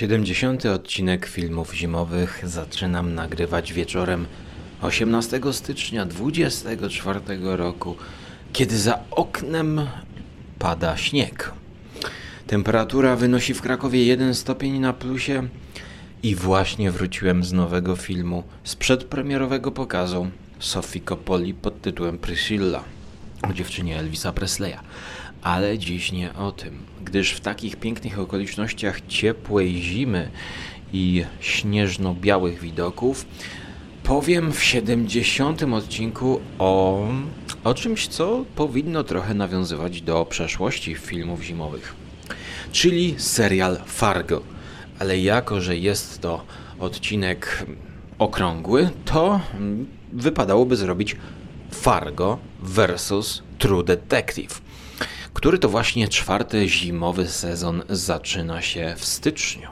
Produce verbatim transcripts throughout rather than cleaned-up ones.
siedemdziesiąty odcinek filmów zimowych zaczynam nagrywać wieczorem osiemnastego stycznia dwudziestego czwartego roku, kiedy za oknem pada śnieg. Temperatura wynosi w Krakowie jeden stopień na plusie i właśnie wróciłem z nowego filmu, z przedpremierowego pokazu Sofii Coppoli pod tytułem Priscilla, o dziewczynie Elvisa Presleya. Ale dziś nie o tym, gdyż w takich pięknych okolicznościach ciepłej zimy i śnieżno-białych widoków powiem w siedemdziesiątym odcinku o, o czymś, co powinno trochę nawiązywać do przeszłości filmów zimowych, czyli serial Fargo. Ale jako, że jest to odcinek okrągły, to wypadałoby zrobić Fargo versus True Detective, który to właśnie czwarty zimowy sezon zaczyna się w styczniu.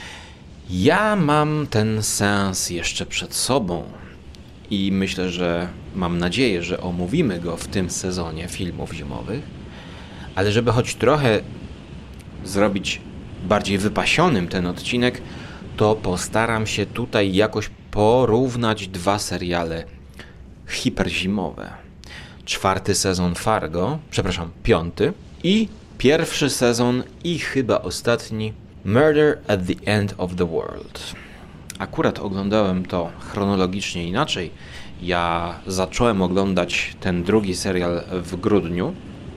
Ja mam ten seans jeszcze przed sobą i myślę, że mam nadzieję, że omówimy go w tym sezonie filmów zimowych, ale żeby choć trochę zrobić bardziej wypasionym ten odcinek, to postaram się tutaj jakoś porównać dwa seriale hiperzimowe. Czwarty sezon Fargo, przepraszam, piąty i pierwszy sezon i chyba ostatni Murder at the End of the World. Akurat oglądałem to chronologicznie inaczej. Ja zacząłem oglądać ten drugi serial w grudniu,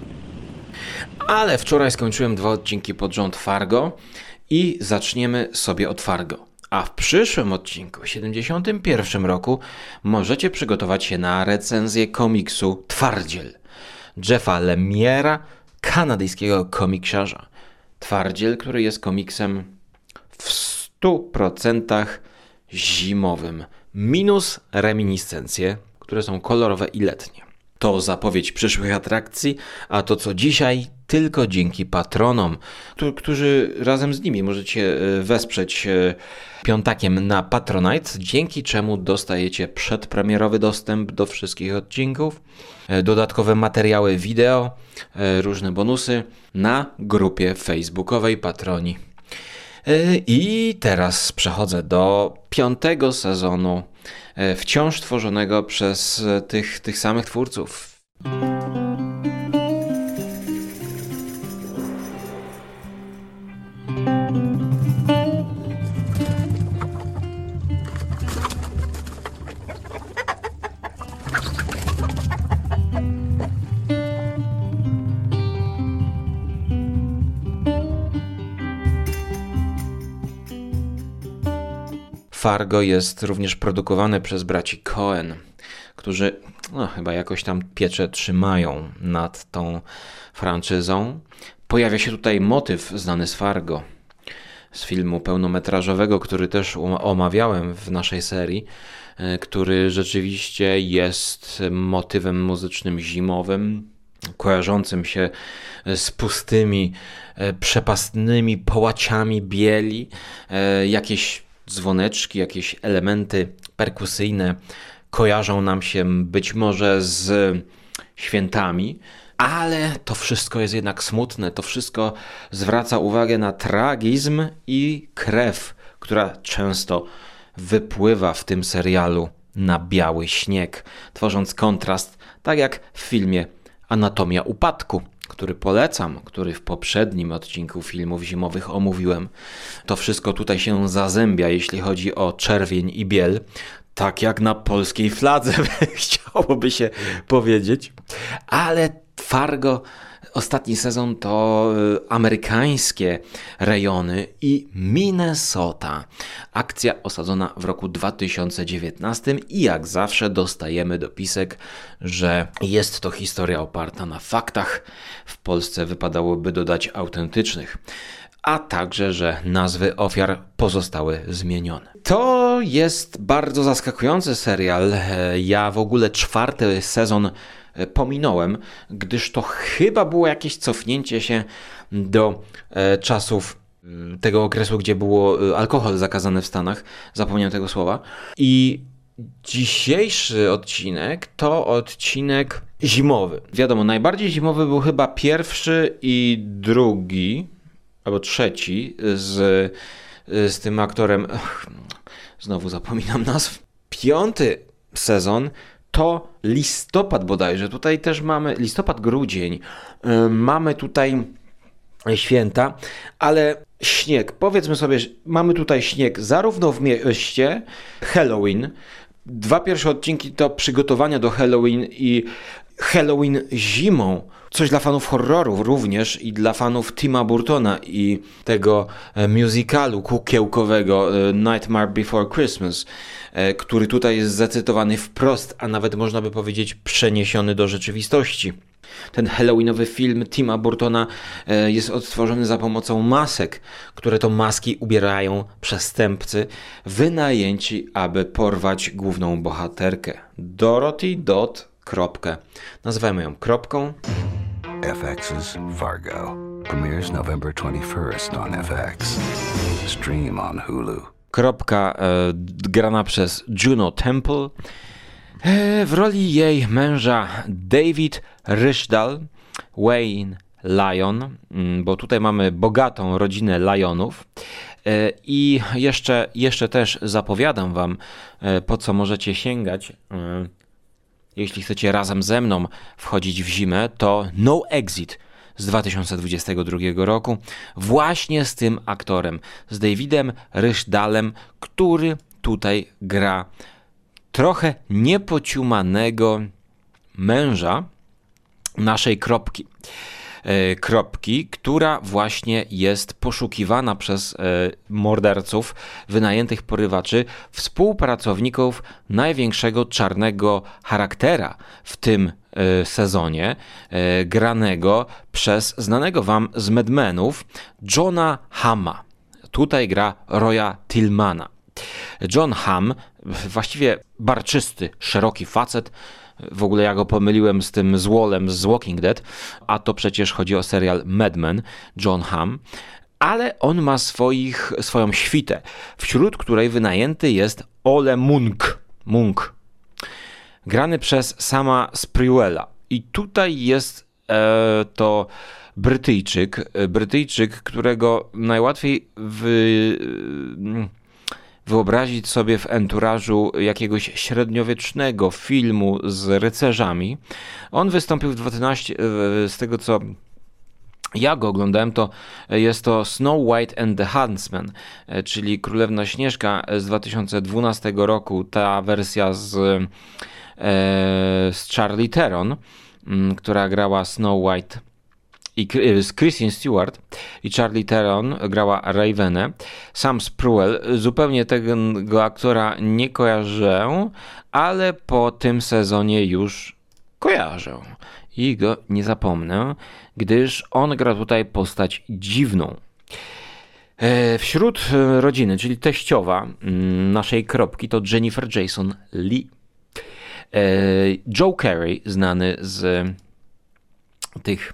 ale wczoraj skończyłem dwa odcinki pod rząd Fargo i zaczniemy sobie od Fargo. A w przyszłym odcinku, w siedemdziesiątym pierwszym roku, możecie przygotować się na recenzję komiksu Twardziel Jeffa Lemiera, kanadyjskiego komiksiarza. Twardziel, który jest komiksem w stu procentach zimowym, minus reminiscencje, które są kolorowe i letnie. To zapowiedź przyszłych atrakcji, a to co dzisiaj tylko dzięki patronom, którzy razem z nimi możecie wesprzeć piątakiem na Patronite, dzięki czemu dostajecie przedpremierowy dostęp do wszystkich odcinków, dodatkowe materiały wideo, różne bonusy na grupie facebookowej Patroni. I teraz przechodzę do piątego sezonu, wciąż tworzonego przez tych, tych samych twórców. Fargo jest również produkowane przez braci Coen, którzy no, chyba jakoś tam pieczę trzymają nad tą franczyzą. Pojawia się tutaj motyw znany z Fargo, z filmu pełnometrażowego, który też omawiałem w naszej serii, który rzeczywiście jest motywem muzycznym zimowym, kojarzącym się z pustymi, przepastnymi połaciami bieli, jakieś dzwoneczki, jakieś elementy perkusyjne kojarzą nam się być może z świętami, ale to wszystko jest jednak smutne, to wszystko zwraca uwagę na tragizm i krew, która często wypływa w tym serialu na biały śnieg, tworząc kontrast, tak jak w filmie Anatomia upadku, który polecam, który w poprzednim odcinku filmów zimowych omówiłem. To wszystko tutaj się zazębia, jeśli chodzi o czerwień i biel, tak jak na polskiej fladze chciałoby się powiedzieć. Ale Fargo, ostatni sezon to amerykańskie rejony i Minnesota. Akcja osadzona w roku dwa tysiące dziewiętnastym i jak zawsze dostajemy dopisek, że jest to historia oparta na faktach. W Polsce wypadałoby dodać autentycznych, a także, że nazwy ofiar pozostały zmienione. To jest bardzo zaskakujący serial. Ja w ogóle czwarty sezon pominąłem, gdyż to chyba było jakieś cofnięcie się do e, czasów tego okresu, gdzie było alkohol zakazany w Stanach. Zapomniałem tego słowa. I dzisiejszy odcinek to odcinek zimowy. Wiadomo, najbardziej zimowy był chyba pierwszy i drugi, albo trzeci z z tym aktorem. Ach, znowu zapominam nazw. Piąty sezon to listopad bodajże. Tutaj też mamy listopad, grudzień. Yy, mamy tutaj święta, ale śnieg. Powiedzmy sobie, że mamy tutaj śnieg zarówno w mieście, Halloween. Dwa pierwsze odcinki to przygotowania do Halloween i Halloween zimą. Coś dla fanów horrorów również i dla fanów Tima Burtona i tego musicalu kukiełkowego Nightmare Before Christmas, który tutaj jest zacytowany wprost, a nawet można by powiedzieć przeniesiony do rzeczywistości. Ten halloweenowy film Tima Burtona jest odtworzony za pomocą masek, które to maski ubierają przestępcy wynajęci, aby porwać główną bohaterkę. Dorothy Dot. Kropkę. Nazywamy ją Kropką. F X's Fargo premieres November twenty-first on F X. Stream on Hulu. Kropka e, grana przez Juno Temple. E, w roli jej męża David Ryszdal, Wayne Lyon, bo tutaj mamy bogatą rodzinę Lyonów. E, I jeszcze, jeszcze też zapowiadam wam, e, po co możecie sięgać. E, Jeśli chcecie razem ze mną wchodzić w zimę, to No Exit z dwa tysiące dwudziestego drugiego roku, właśnie z tym aktorem, z Davidem Ryszdalem, który tutaj gra trochę niepociumanego męża naszej Kropki. Kropki, która właśnie jest poszukiwana przez morderców, wynajętych porywaczy, współpracowników największego czarnego charaktera w tym sezonie, granego przez znanego wam z Mad Menów Johna Hamma. Tutaj gra Roya Tillmana. John Hamm, właściwie barczysty, szeroki facet. W ogóle ja go pomyliłem z tym złolem z Walking Dead, a to przecież chodzi o serial Mad Men, John Hamm. Ale on ma swoich, swoją świtę, wśród której wynajęty jest Ole Munk, Munk, grany przez Sama Sprewella. I tutaj jest e, to Brytyjczyk, Brytyjczyk, którego najłatwiej wy... wyobrazić sobie w enturażu jakiegoś średniowiecznego filmu z rycerzami. On wystąpił w dwunastym, z tego co ja go oglądałem, to jest to Snow White and the Huntsman, czyli Królewna Śnieżka z dwa tysiące dwunastego roku, ta wersja z, z Charlize Theron, która grała Snow White, i z Kristen Stewart i Charlize Theron grała Ravenę. Sam Spruell, zupełnie tego aktora nie kojarzę, ale po tym sezonie już kojarzę i go nie zapomnę, gdyż on gra tutaj postać dziwną. Wśród rodziny, czyli teściowa naszej Kropki, to Jennifer Jason Leigh. Joe Carey, znany z tych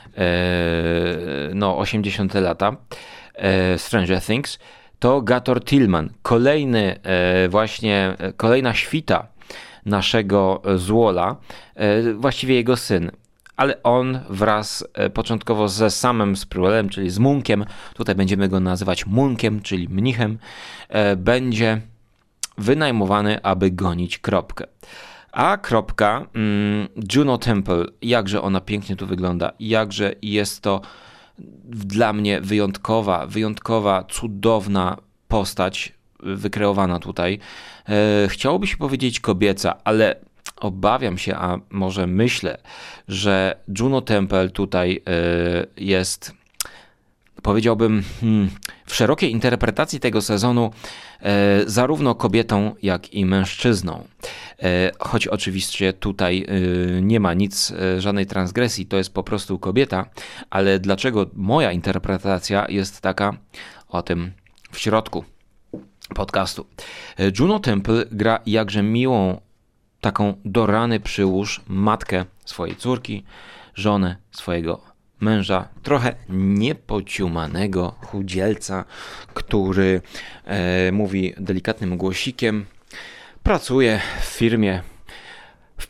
no osiemdziesiąte lata, Stranger Things, to Gator Tillman, kolejny właśnie, kolejna świta naszego złola, właściwie jego syn. Ale on wraz początkowo ze samym Spruellem, czyli z Munkiem, tutaj będziemy go nazywać Munkiem, czyli mnichem, będzie wynajmowany, aby gonić Kropkę. A Kropka, mm, Juno Temple, jakże ona pięknie tu wygląda, jakże jest to dla mnie wyjątkowa, wyjątkowa, cudowna postać wykreowana tutaj. E, chciałoby się powiedzieć kobieca, ale obawiam się, a może myślę, że Juno Temple tutaj e, jest, powiedziałbym, hmm, w szerokiej interpretacji tego sezonu e, zarówno kobietą, jak i mężczyzną. E, choć oczywiście tutaj e, nie ma nic, e, żadnej transgresji, to jest po prostu kobieta, ale dlaczego moja interpretacja jest taka, o tym w środku podcastu. E, Juno Temple gra jakże miłą, taką do rany przyłóż matkę swojej córki, żonę swojego męża, trochę niepociumanego chudzielca, który e, mówi delikatnym głosikiem, pracuje w firmie, w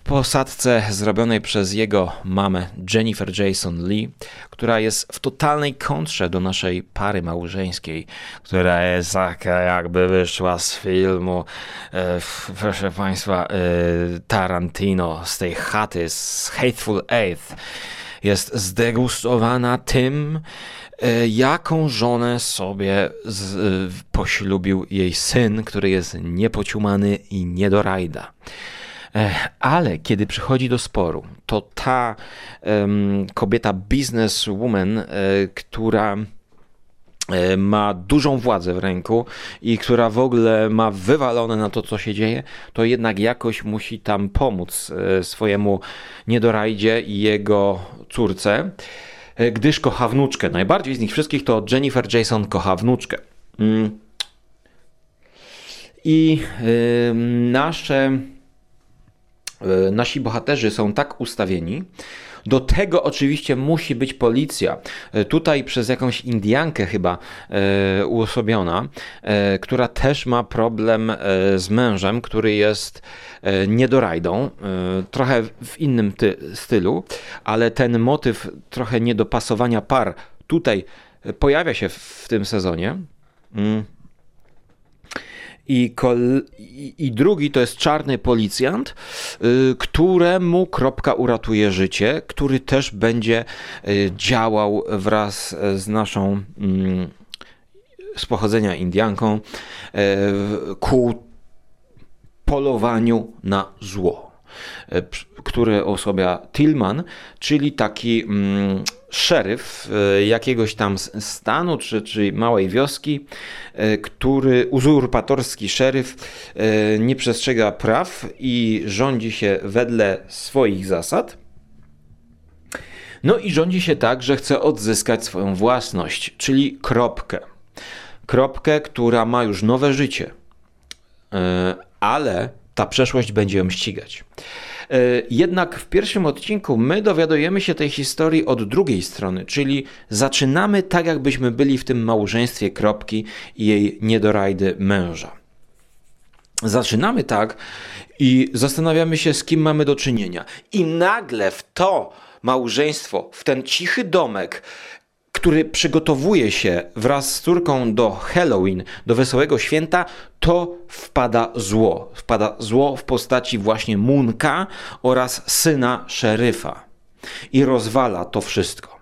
posadce zrobionej przez jego mamę Jennifer Jason Leigh, która jest w totalnej kontrze do naszej pary małżeńskiej, która jest taka jakby wyszła z filmu, e, proszę Państwa, e, Tarantino, z tej chaty, z Hateful Eight. Jest zdegustowana tym, jaką żonę sobie z, poślubił jej syn, który jest niepociumany i nie do rajda. Ale kiedy przychodzi do sporu, to ta um, kobieta businesswoman, e, która e, ma dużą władzę w ręku i która w ogóle ma wywalone na to, co się dzieje, to jednak jakoś musi tam pomóc e, swojemu niedorajdzie i jego córce, gdyż kocha wnuczkę. Najbardziej z nich wszystkich to Jennifer Jason kocha wnuczkę. Mm. I y, nasze, y, nasi bohaterzy są tak ustawieni. Do tego oczywiście musi być policja. Y, tutaj przez jakąś Indiankę chyba y, uosobiona, y, która też ma problem y, z mężem, który jest y, niedorajdą. Y, trochę w innym ty- stylu, ale ten motyw trochę niedopasowania par tutaj pojawia się w, w tym sezonie. Y. I, kol- i, I drugi to jest czarny policjant, y, któremu kropka uratuje życie, który też będzie y, działał wraz z naszą y, z pochodzenia Indianką y, ku polowaniu na zło, y, które osobia Tillman, czyli taki y, szeryf jakiegoś tam stanu czy, czy małej wioski, który uzurpatorski szeryf nie przestrzega praw i rządzi się wedle swoich zasad. No i rządzi się tak, że chce odzyskać swoją własność, czyli kropkę. Kropkę, która ma już nowe życie, ale ta przeszłość będzie ją ścigać. Jednak w pierwszym odcinku my dowiadujemy się tej historii od drugiej strony, czyli zaczynamy tak, jakbyśmy byli w tym małżeństwie Kropki i jej niedorajdy męża. Zaczynamy tak i zastanawiamy się, z kim mamy do czynienia. I nagle w to małżeństwo, w ten cichy domek, który przygotowuje się wraz z córką do Halloween, do Wesołego Święta, to wpada zło. Wpada zło w postaci właśnie Munka oraz syna szeryfa. I rozwala to wszystko.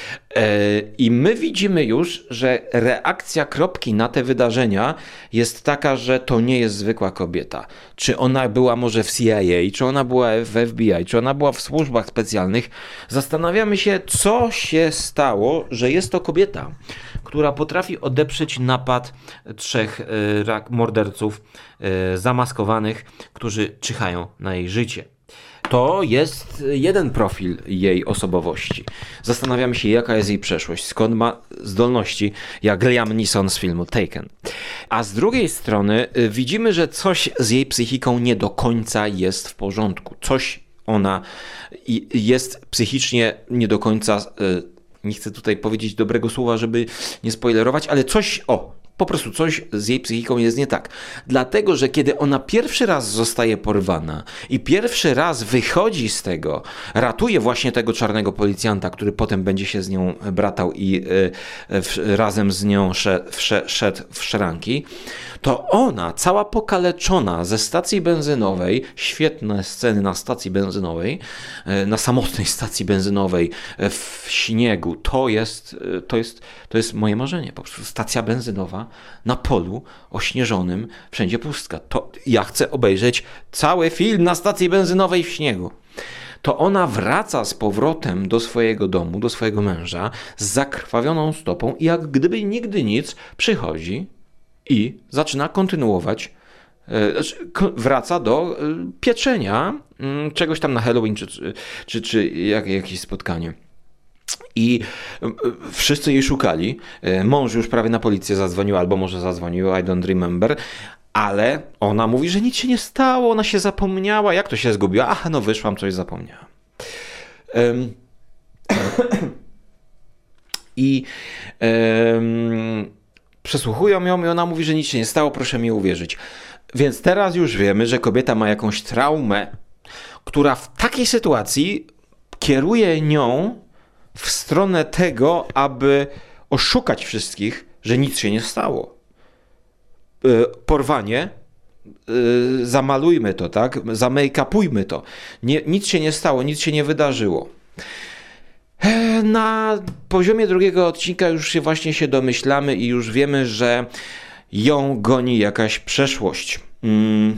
I my widzimy już, że reakcja Kropki na te wydarzenia jest taka, że to nie jest zwykła kobieta. Czy ona była może w C I A, czy ona była w F B I, czy ona była w służbach specjalnych. Zastanawiamy się, co się stało, że jest to kobieta, która potrafi odeprzeć napad trzech morderców zamaskowanych, którzy czyhają na jej życie. To jest jeden profil jej osobowości. Zastanawiamy się, jaka jest jej przeszłość, skąd ma zdolności, jak Liam Neeson z filmu Taken. A z drugiej strony widzimy, że coś z jej psychiką nie do końca jest w porządku. Coś ona jest psychicznie nie do końca, nie chcę tutaj powiedzieć dobrego słowa, żeby nie spoilerować, ale coś, o, po prostu coś z jej psychiką jest nie tak. Dlatego, że kiedy ona pierwszy raz zostaje porwana i pierwszy raz wychodzi z tego, ratuje właśnie tego czarnego policjanta, który potem będzie się z nią bratał i y, y, razem z nią szedł w szranki, to ona, cała pokaleczona ze stacji benzynowej, świetne sceny na stacji benzynowej, y, na samotnej stacji benzynowej w śniegu, to jest, to jest, to jest moje marzenie. Po prostu stacja benzynowa na polu ośnieżonym, wszędzie pustka. To ja chcę obejrzeć cały film na stacji benzynowej w śniegu. To ona wraca z powrotem do swojego domu, do swojego męża z zakrwawioną stopą i jak gdyby nigdy nic przychodzi i zaczyna kontynuować, wraca do pieczenia czegoś tam na Halloween czy, czy, czy jak, jakieś spotkanie. I wszyscy jej szukali. Mąż już prawie na policję zadzwonił, albo może zadzwonił, I don't remember. Ale ona mówi, że nic się nie stało, ona się zapomniała. Jak to się zgubiła? Aha, no wyszłam, coś zapomniałam. Um. I um, przesłuchują ją i ona mówi, że nic się nie stało, proszę mi uwierzyć. Więc teraz już wiemy, że kobieta ma jakąś traumę, która w takiej sytuacji kieruje nią w stronę tego, aby oszukać wszystkich, że nic się nie stało. Porwanie, zamalujmy to, tak? Zamake-upujmy to. Nie, nic się nie stało, nic się nie wydarzyło. Na poziomie drugiego odcinka już się właśnie się domyślamy i już wiemy, że ją goni jakaś przeszłość. Mm.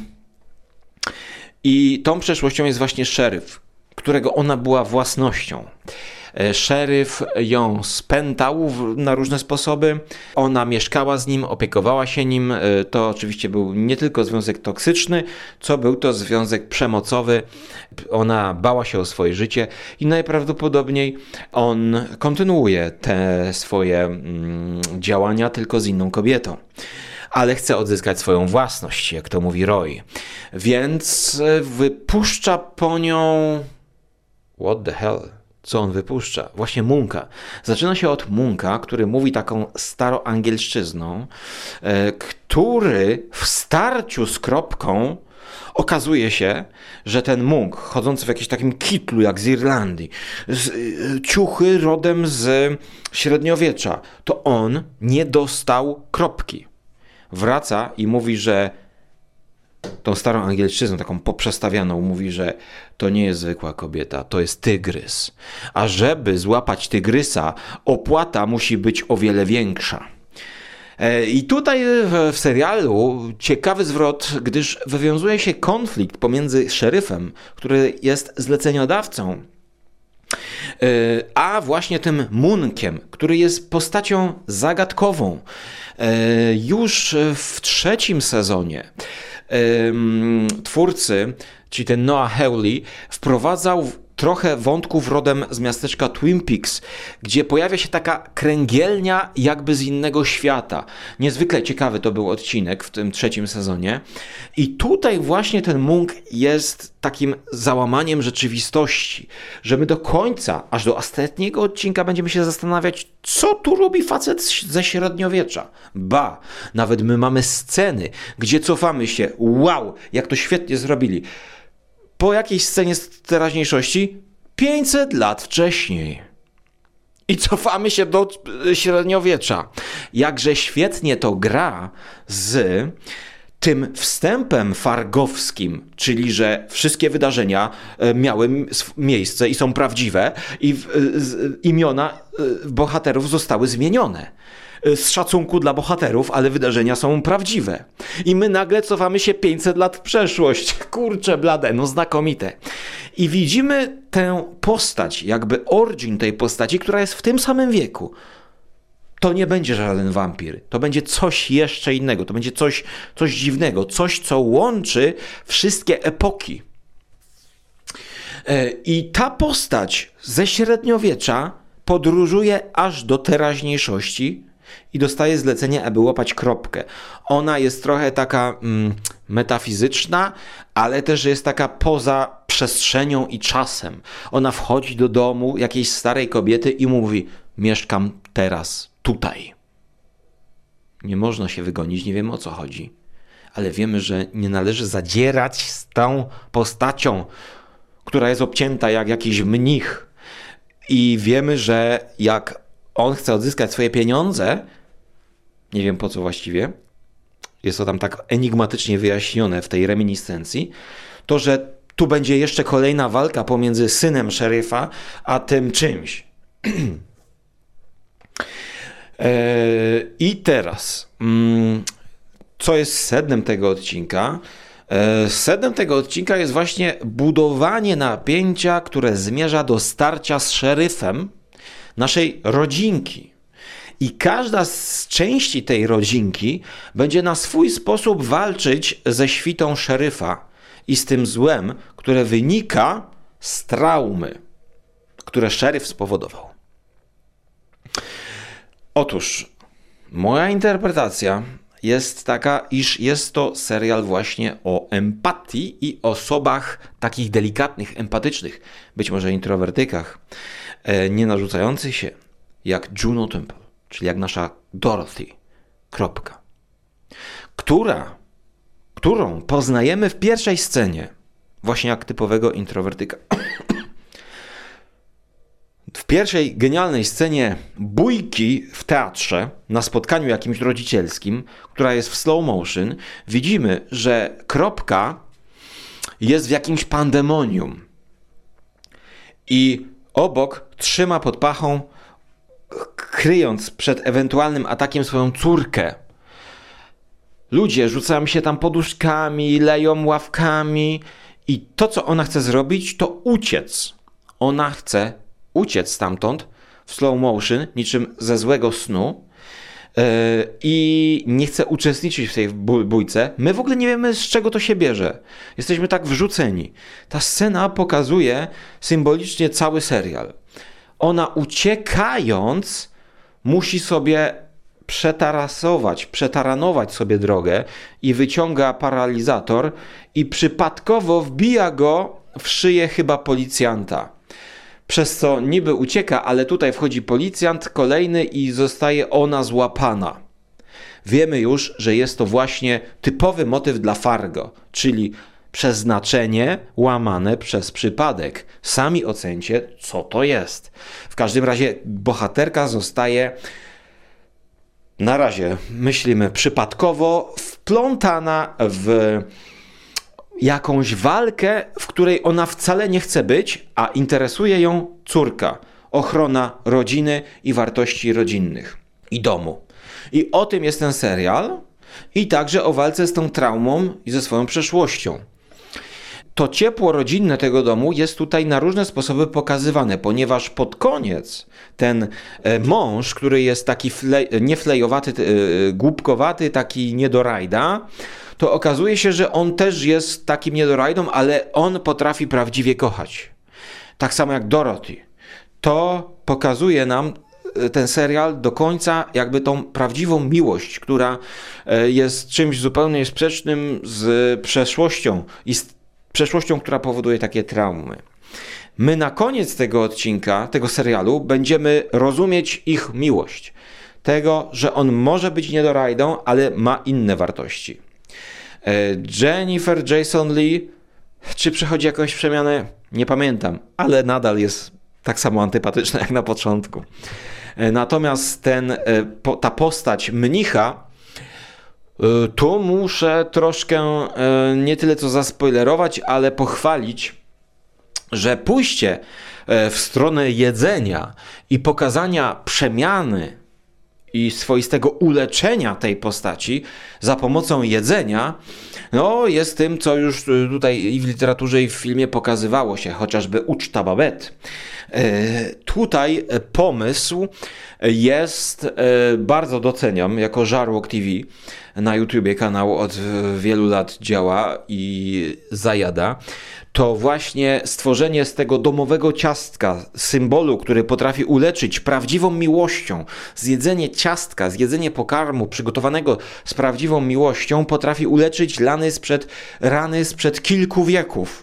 I tą przeszłością jest właśnie szeryf, którego ona była własnością. Szeryf ją spętał na różne sposoby. Ona mieszkała z nim, opiekowała się nim. To oczywiście był nie tylko związek toksyczny, co był to związek przemocowy. Ona bała się o swoje życie i najprawdopodobniej on kontynuuje te swoje mm, działania tylko z inną kobietą. Ale chce odzyskać swoją własność, jak to mówi Roy. Więc wypuszcza po nią... What the hell? Co on wypuszcza? Właśnie Munka. Zaczyna się od Munka, który mówi taką staroangielszczyzną, e, który w starciu z kropką okazuje się, że ten Munk, chodzący w jakimś takim kitlu jak z Irlandii, z, e, ciuchy rodem z średniowiecza, to on nie dostał kropki. Wraca i mówi, że tą starą angielszczyzną, taką poprzestawianą, mówi, że to nie jest zwykła kobieta, to jest tygrys. A żeby złapać tygrysa, opłata musi być o wiele większa. I tutaj w serialu ciekawy zwrot, gdyż wywiązuje się konflikt pomiędzy szeryfem, który jest zleceniodawcą, a właśnie tym Munkiem, który jest postacią zagadkową. Już w trzecim sezonie twórcy, czyli ten Noah Hawley, wprowadzał trochę wątków rodem z miasteczka Twin Peaks, gdzie pojawia się taka kręgielnia jakby z innego świata. Niezwykle ciekawy to był odcinek w tym trzecim sezonie. I tutaj właśnie ten Munk jest takim załamaniem rzeczywistości, że my do końca, aż do ostatniego odcinka będziemy się zastanawiać, co tu robi facet ze średniowiecza. Ba, nawet my mamy sceny, gdzie cofamy się. Wow, jak to świetnie zrobili. Po jakiejś scenie z teraźniejszości pięćset lat wcześniej. I cofamy się do średniowiecza. Jakże świetnie to gra z tym wstępem fargowskim, czyli że wszystkie wydarzenia miały miejsce i są prawdziwe i imiona bohaterów zostały zmienione. Z szacunku dla bohaterów, ale wydarzenia są prawdziwe. I my nagle cofamy się pięćset lat w przeszłość. Kurczę blade, no znakomite. I widzimy tę postać, jakby origin tej postaci, która jest w tym samym wieku. To nie będzie żaden wampir. To będzie coś jeszcze innego. To będzie coś, coś dziwnego. Coś, co łączy wszystkie epoki. I ta postać ze średniowiecza podróżuje aż do teraźniejszości i dostaje zlecenie, aby łapać kropkę. Ona jest trochę taka mm, metafizyczna, ale też jest taka poza przestrzenią i czasem. Ona wchodzi do domu jakiejś starej kobiety i mówi: mieszkam teraz, tutaj. Nie można się wygonić, nie wiemy o co chodzi. Ale wiemy, że nie należy zadzierać z tą postacią, która jest obcięta jak jakiś mnich. I wiemy, że jak on chce odzyskać swoje pieniądze, nie wiem po co właściwie, jest to tam tak enigmatycznie wyjaśnione w tej reminiscencji, to że tu będzie jeszcze kolejna walka pomiędzy synem szeryfa a tym czymś. I teraz, co jest sednem tego odcinka? Sednem tego odcinka jest właśnie budowanie napięcia, które zmierza do starcia z szeryfem naszej rodzinki. I każda z części tej rodzinki będzie na swój sposób walczyć ze świtą szeryfa i z tym złem, które wynika z traumy, które szeryf spowodował. Otóż moja interpretacja jest taka, iż jest to serial właśnie o empatii i osobach takich delikatnych, empatycznych, być może introwertykach, nie narzucających się, jak Juno Temple, czyli jak nasza Dorothy, kropka, która, którą poznajemy w pierwszej scenie, właśnie jak typowego introwertyka. W pierwszej genialnej scenie bójki w teatrze, na spotkaniu jakimś rodzicielskim, która jest w slow motion, widzimy, że Kropka jest w jakimś pandemonium. I obok trzyma pod pachą, kryjąc przed ewentualnym atakiem swoją córkę. Ludzie rzucają się tam poduszkami, leją ławkami i to, co ona chce zrobić, to uciec. Ona chce uciec stamtąd w slow motion, niczym ze złego snu yy, i nie chce uczestniczyć w tej bójce. My w ogóle nie wiemy, z czego to się bierze. Jesteśmy tak wrzuceni. Ta scena pokazuje symbolicznie cały serial. Ona uciekając musi sobie przetarasować, przetaranować sobie drogę i wyciąga paralizator i przypadkowo wbija go w szyję chyba policjanta. Przez co niby ucieka, ale tutaj wchodzi policjant kolejny i zostaje ona złapana. Wiemy już, że jest to właśnie typowy motyw dla Fargo, czyli przeznaczenie łamane przez przypadek. Sami ocencie, co to jest. W każdym razie bohaterka zostaje, na razie myślimy przypadkowo, wplątana w jakąś walkę, w której ona wcale nie chce być, a interesuje ją córka, ochrona rodziny i wartości rodzinnych i domu. I o tym jest ten serial i także o walce z tą traumą i ze swoją przeszłością. To ciepło rodzinne tego domu jest tutaj na różne sposoby pokazywane, ponieważ pod koniec ten mąż, który jest taki flej, nie flejowaty, głupkowaty, taki niedorajda, to okazuje się, że on też jest takim niedorajdą, ale on potrafi prawdziwie kochać. Tak samo jak Dorothy. To pokazuje nam ten serial do końca jakby tą prawdziwą miłość, która jest czymś zupełnie sprzecznym z przeszłością i z przeszłością, która powoduje takie traumy. My na koniec tego odcinka, tego serialu będziemy rozumieć ich miłość. Tego, że on może być niedorajdą, ale ma inne wartości. Jennifer Jason Leigh, czy przechodzi jakąś przemianę? Nie pamiętam, ale nadal jest tak samo antypatyczna jak na początku. Natomiast ten, ta postać mnicha, tu muszę troszkę nie tyle co zaspoilerować, ale pochwalić, że pójście w stronę jedzenia i pokazania przemiany i swoistego uleczenia tej postaci za pomocą jedzenia, no jest tym, co już tutaj i w literaturze, i w filmie pokazywało się, chociażby Uczta Babette. Tutaj pomysł jest, bardzo doceniam, jako Żarłok T V na YouTubie, kanał od wielu lat działa i zajada, to właśnie stworzenie z tego domowego ciastka, symbolu, który potrafi uleczyć prawdziwą miłością, zjedzenie ciastka, zjedzenie pokarmu przygotowanego z prawdziwą miłością potrafi uleczyć rany sprzed, rany sprzed kilku wieków.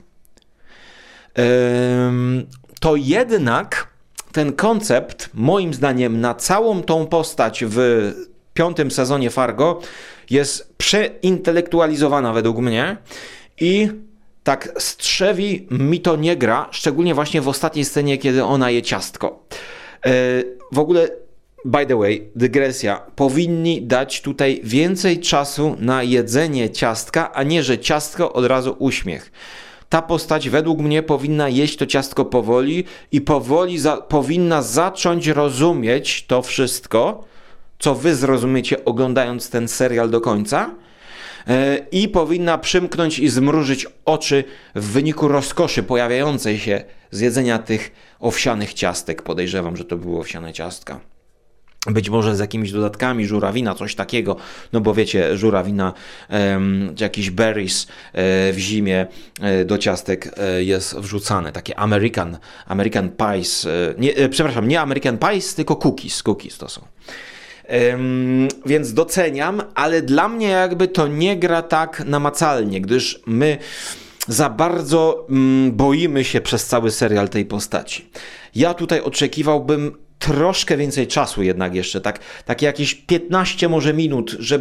Ym, to jednak ten koncept, moim zdaniem, na całą tą postać w piątym sezonie Fargo jest przeintelektualizowana według mnie i tak strzewi mi to nie gra, szczególnie właśnie w ostatniej scenie, kiedy ona je ciastko. Yy, w ogóle, by the way, dygresja, powinni dać tutaj więcej czasu na jedzenie ciastka, a nie, że ciastko od razu uśmiech. Ta postać według mnie powinna jeść to ciastko powoli i powoli za, powinna zacząć rozumieć to wszystko, co wy zrozumiecie oglądając ten serial do końca, i powinna przymknąć i zmrużyć oczy w wyniku rozkoszy pojawiającej się z jedzenia tych owsianych ciastek. Podejrzewam, że to były owsiane ciastka. Być może z jakimiś dodatkami, żurawina, coś takiego, no bo wiecie, żurawina um, czy jakiś berries e, w zimie e, do ciastek e, jest wrzucane, takie American, American pies, e, nie, e, przepraszam, nie American pies, tylko cookies, cookies to są. Um, więc doceniam, ale dla mnie jakby to nie gra tak namacalnie, gdyż my za bardzo um, boimy się przez cały serial tej postaci. Ja tutaj oczekiwałbym troszkę więcej czasu jednak jeszcze, tak, takie jakieś piętnaście może minut, żeby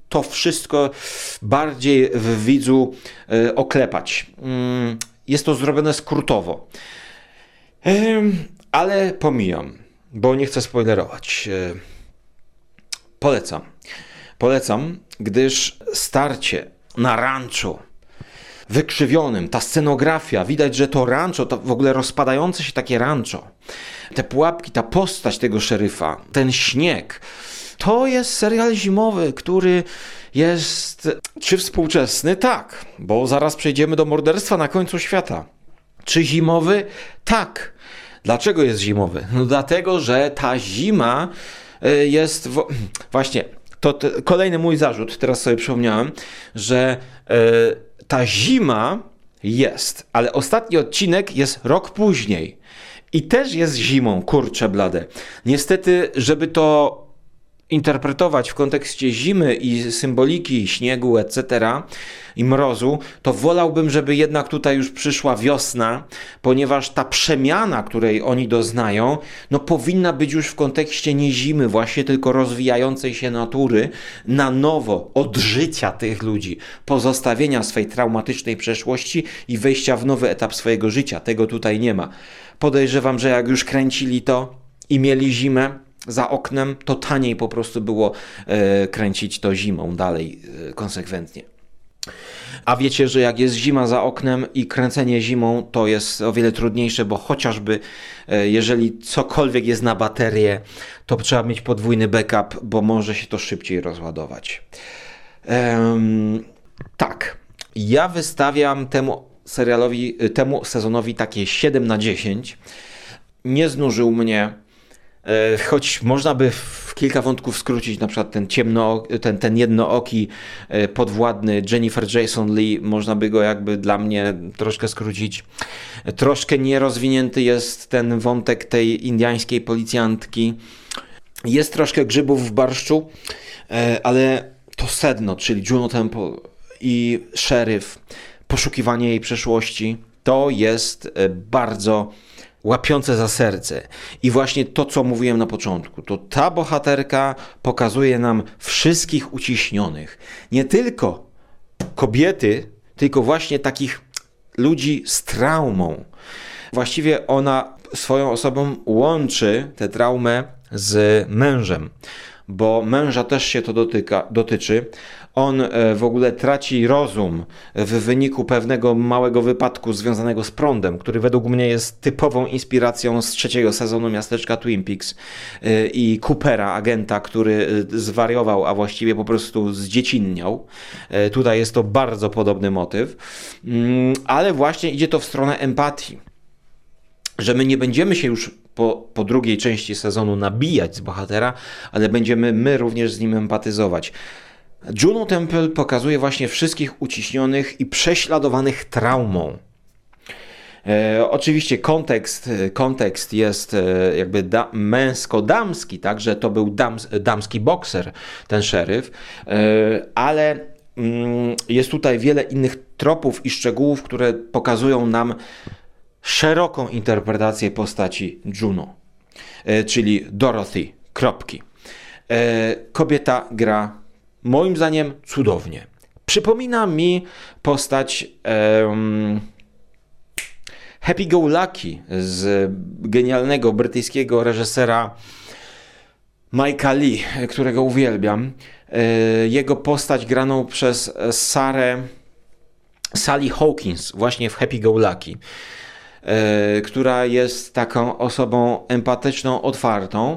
to wszystko bardziej w widzu e, oklepać. Mm, jest to zrobione skrótowo. E, ale pomijam, bo nie chcę spoilerować. E, polecam. Polecam, gdyż starcie na rancho wykrzywionym, ta scenografia, widać, że to rancho, to w ogóle rozpadające się takie rancho, te pułapki, ta postać tego szeryfa, ten śnieg, to jest serial zimowy, który jest... Czy współczesny? Tak, bo zaraz przejdziemy do morderstwa na końcu świata. Czy zimowy? Tak. Dlaczego jest zimowy? No dlatego, że ta zima jest... W... Właśnie, to te... kolejny mój zarzut, teraz sobie przypomniałem, że yy, ta zima jest, ale ostatni odcinek jest rok później. I też jest zimą, kurczę blade. Niestety, żeby to interpretować w kontekście zimy i symboliki śniegu, et cetera i mrozu, to wolałbym, żeby jednak tutaj już przyszła wiosna, ponieważ ta przemiana, której oni doznają, no powinna być już w kontekście nie zimy właśnie, tylko rozwijającej się natury na nowo, odżycia tych ludzi, pozostawienia swej traumatycznej przeszłości i wejścia w nowy etap swojego życia. Tego tutaj nie ma. Podejrzewam, że jak już kręcili to i mieli zimę za oknem, to taniej po prostu było e, kręcić to zimą dalej e, konsekwentnie. A wiecie, że jak jest zima za oknem i kręcenie zimą, to jest o wiele trudniejsze, bo chociażby e, jeżeli cokolwiek jest na baterię, to trzeba mieć podwójny backup, bo może się to szybciej rozładować. Ehm, tak, ja wystawiam temu serialowi, temu sezonowi takie siedem na dziesięć. Nie znużył mnie. Choć można by w kilka wątków skrócić, na przykład ten ciemno, ten, ten jednooki podwładny Jennifer Jason Leigh, można by go jakby dla mnie troszkę skrócić. Troszkę nierozwinięty jest ten wątek tej indyjskiej policjantki. Jest troszkę grzybów w barszczu, ale to sedno, czyli Juno Temple i szeryf, poszukiwanie jej przeszłości, to jest bardzo łapiące za serce. I właśnie to, co mówiłem na początku, to ta bohaterka pokazuje nam wszystkich uciśnionych. Nie tylko kobiety, tylko właśnie takich ludzi z traumą. Właściwie ona swoją osobą łączy tę traumę z mężem, bo męża też się to dotyka, dotyczy. On w ogóle traci rozum w wyniku pewnego małego wypadku związanego z prądem, który według mnie jest typową inspiracją z trzeciego sezonu Miasteczka Twin Peaks i Coopera, agenta, który zwariował, a właściwie po prostu zdziecinniał. Tutaj jest to bardzo podobny motyw, ale właśnie idzie to w stronę empatii, że my nie będziemy się już po, po drugiej części sezonu nabijać z bohatera, ale będziemy my również z nim empatyzować. Juno Temple pokazuje właśnie wszystkich uciśnionych i prześladowanych traumą. E, oczywiście kontekst, kontekst jest e, jakby da, męsko-damski, tak, że to był dams, damski bokser, ten szeryf, e, ale mm, jest tutaj wiele innych tropów i szczegółów, które pokazują nam szeroką interpretację postaci Juno, e, czyli Dorothy, kropki. E, kobieta gra moim zdaniem cudownie. Przypomina mi postać um, Happy Go Lucky z genialnego brytyjskiego reżysera Mike'a Lee, którego uwielbiam. Jego postać graną przez Sarę Sally Hawkins właśnie w Happy Go Lucky, która jest taką osobą empatyczną, otwartą,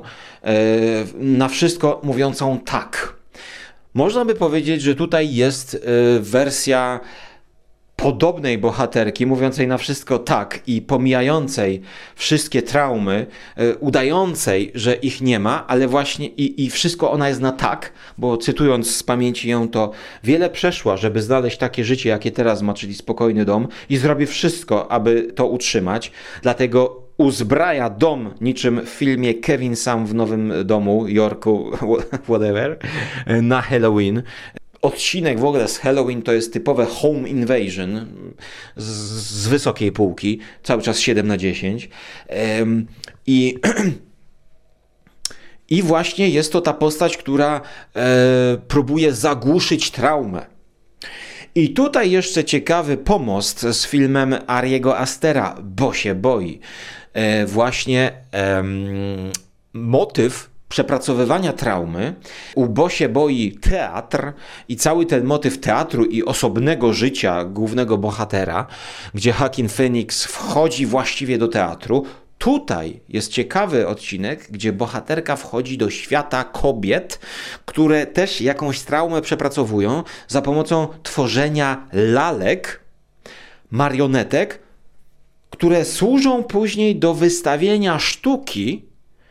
na wszystko mówiącą tak. Można by powiedzieć, że tutaj jest y, wersja podobnej bohaterki, mówiącej na wszystko tak i pomijającej wszystkie traumy, y, udającej, że ich nie ma, ale właśnie i, i wszystko ona jest na tak, bo cytując z pamięci ją, to wiele przeszła, żeby znaleźć takie życie, jakie teraz ma, czyli spokojny dom, i zrobi wszystko, aby to utrzymać. Dlatego uzbraja dom niczym w filmie Kevin Sam w Nowym Domu, Jorku, whatever, na Halloween. Odcinek w ogóle z Halloween to jest typowe home invasion z, z wysokiej półki, cały czas siedem na dziesięć. Um, I I właśnie jest to ta postać, która e, próbuje zagłuszyć traumę. I tutaj jeszcze ciekawy pomost z filmem Ariego Astera, Bo się boi. E, właśnie e, motyw przepracowywania traumy. U Bo się boi teatr i cały ten motyw teatru i osobnego życia głównego bohatera, gdzie Joaquin Phoenix wchodzi właściwie do teatru. Tutaj jest ciekawy odcinek, gdzie bohaterka wchodzi do świata kobiet, które też jakąś traumę przepracowują za pomocą tworzenia lalek, marionetek, które służą później do wystawienia sztuki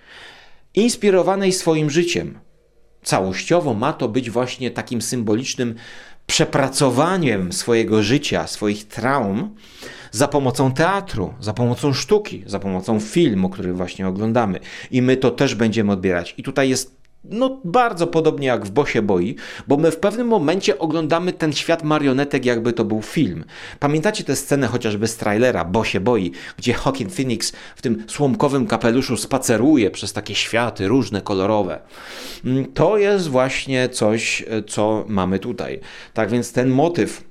inspirowanej swoim życiem. Całościowo ma to być właśnie takim symbolicznym przepracowaniem swojego życia, swoich traum za pomocą teatru, za pomocą sztuki, za pomocą filmu, który właśnie oglądamy. I my to też będziemy odbierać. I tutaj jest no bardzo podobnie jak w Bo się boi, bo my w pewnym momencie oglądamy ten świat marionetek, jakby to był film. Pamiętacie tę scenę chociażby z trailera Bo się boi, gdzie Joaquin Phoenix w tym słomkowym kapeluszu spaceruje przez takie światy różne, kolorowe. To jest właśnie coś, co mamy tutaj. Tak więc ten motyw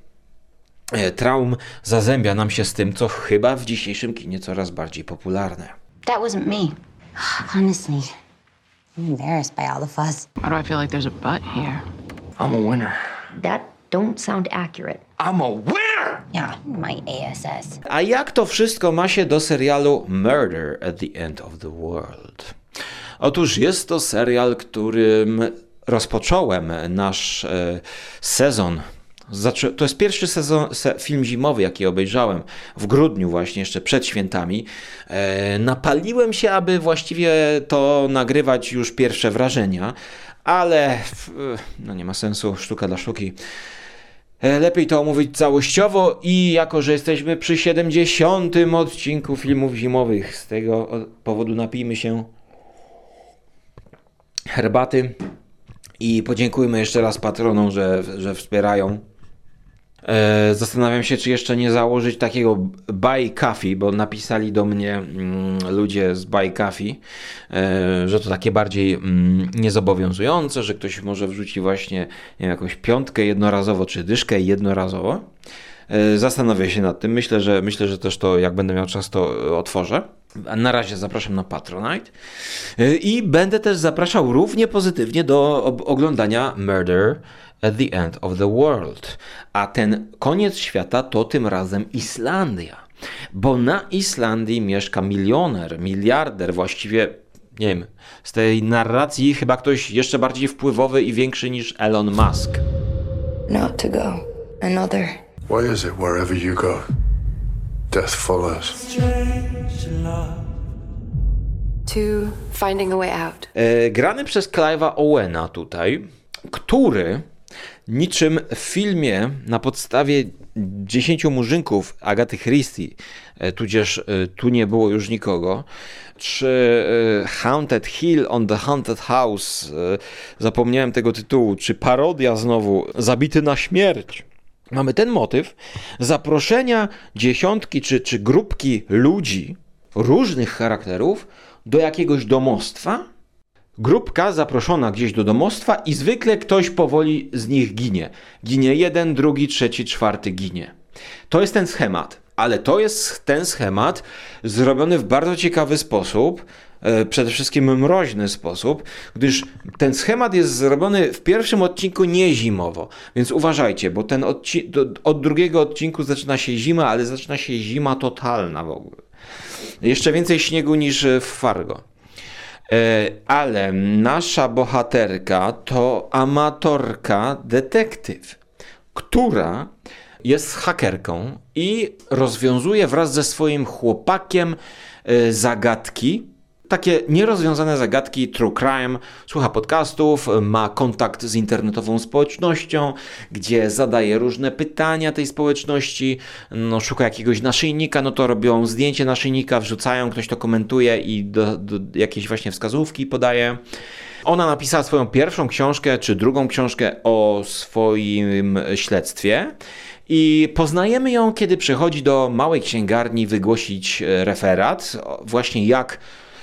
traum zazębia nam się z tym, co chyba w dzisiejszym kinie coraz bardziej popularne. That wasn't me. Honestly, I'm embarrassed by all the fuss. Why do I feel like there's a butt here? I'm a winner. That don't sound accurate. I'm a winner! Yeah, my A S S. A jak to wszystko ma się do serialu Murder at the End of the World? Otóż jest to serial, którym rozpocząłem nasz e, sezon. Zaczę- to jest pierwszy sezon, se, film zimowy, jaki obejrzałem w grudniu właśnie, jeszcze przed świętami. E, napaliłem się, aby właściwie to nagrywać już pierwsze wrażenia, ale no nie ma sensu, sztuka dla sztuki. E, lepiej to omówić całościowo i jako, że jesteśmy przy siedemdziesiątym odcinku filmów zimowych, z tego powodu napijmy się herbaty i podziękujmy jeszcze raz patronom, że, że wspierają. E, zastanawiam się, czy jeszcze nie założyć takiego Buy Coffee, bo napisali do mnie mm, ludzie z Buy Coffee, e, że to takie bardziej mm, niezobowiązujące, że ktoś może wrzucić właśnie nie wiem, jakąś piątkę jednorazowo, czy dyszkę jednorazowo. E, zastanawiam się nad tym. Myślę, że myślę, że też to, jak będę miał czas, to otworzę. A na razie zapraszam na Patronite e, i będę też zapraszał równie pozytywnie do ob- oglądania Murder at the End of the World. A ten koniec świata to tym razem Islandia. Bo na Islandii mieszka milioner, miliarder, właściwie, nie wiem, z tej narracji chyba ktoś jeszcze bardziej wpływowy i większy niż Elon Musk. Not to go. Another. Why is it wherever you go, death follows? To finding a way out. E, grany przez Clive'a Owena tutaj, który niczym w filmie na podstawie Dziesięciu Murzynków Agaty Christie, e, tudzież e, Tu nie było już nikogo, czy e, Haunted Hill on the Haunted House, e, zapomniałem tego tytułu, czy parodia znowu Zabity na śmierć. Mamy ten motyw zaproszenia dziesiątki czy, czy grupki ludzi różnych charakterów do jakiegoś domostwa. Grupka zaproszona gdzieś do domostwa i zwykle ktoś powoli z nich ginie. Ginie jeden, drugi, trzeci, czwarty ginie. To jest ten schemat, ale to jest ten schemat zrobiony w bardzo ciekawy sposób, e, przede wszystkim mroźny sposób, gdyż ten schemat jest zrobiony w pierwszym odcinku nie zimowo, więc uważajcie, bo ten odci- do, od drugiego odcinku zaczyna się zima, ale zaczyna się zima totalna w ogóle. Jeszcze więcej śniegu niż w Fargo. Ale nasza bohaterka to amatorka detektyw, która jest hakerką i rozwiązuje wraz ze swoim chłopakiem zagadki, takie nierozwiązane zagadki true crime, słucha podcastów, ma kontakt z internetową społecznością, gdzie zadaje różne pytania tej społeczności, no, szuka jakiegoś naszyjnika, no to robią zdjęcie naszyjnika, wrzucają, ktoś to komentuje i do, do jakieś właśnie wskazówki podaje. Ona napisała swoją pierwszą książkę, czy drugą książkę o swoim śledztwie i poznajemy ją, kiedy przychodzi do małej księgarni wygłosić referat, właśnie jak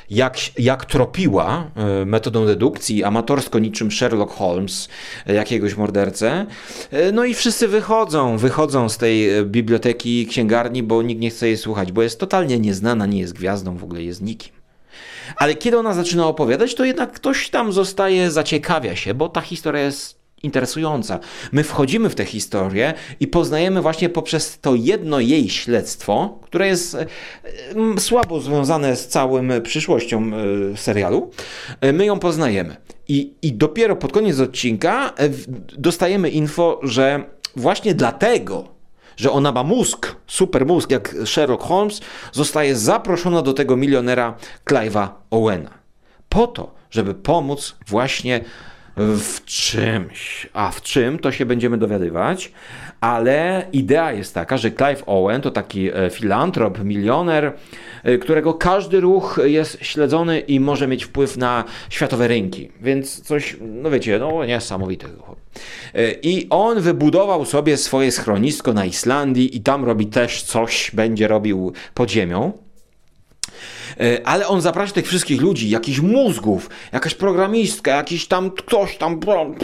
jak, jak tropiła metodą dedukcji, amatorsko niczym Sherlock Holmes jakiegoś mordercę. No i wszyscy wychodzą, wychodzą z tej biblioteki, księgarni, bo nikt nie chce jej słuchać, bo jest totalnie nieznana, nie jest gwiazdą, w ogóle jest nikim. Ale kiedy ona zaczyna opowiadać, to jednak ktoś tam zostaje, zaciekawia się, bo ta historia jest interesująca. My wchodzimy w tę historię i poznajemy właśnie poprzez to jedno jej śledztwo, które jest słabo związane z całą przyszłością serialu. My ją poznajemy. I, i dopiero pod koniec odcinka dostajemy info, że właśnie dlatego, że ona ma mózg, super mózg jak Sherlock Holmes, zostaje zaproszona do tego milionera Clive'a Owena. Po to, żeby pomóc właśnie w czymś. A w czym, to się będziemy dowiadywać, ale idea jest taka, że Clive Owen to taki filantrop, milioner, którego każdy ruch jest śledzony i może mieć wpływ na światowe rynki. Więc coś, no wiecie, no niesamowitego. I on wybudował sobie swoje schronisko na Islandii i tam robi też coś, będzie robił pod ziemią. Ale on zaprasza tych wszystkich ludzi, jakichś mózgów, jakaś programistka, jakiś tam ktoś tam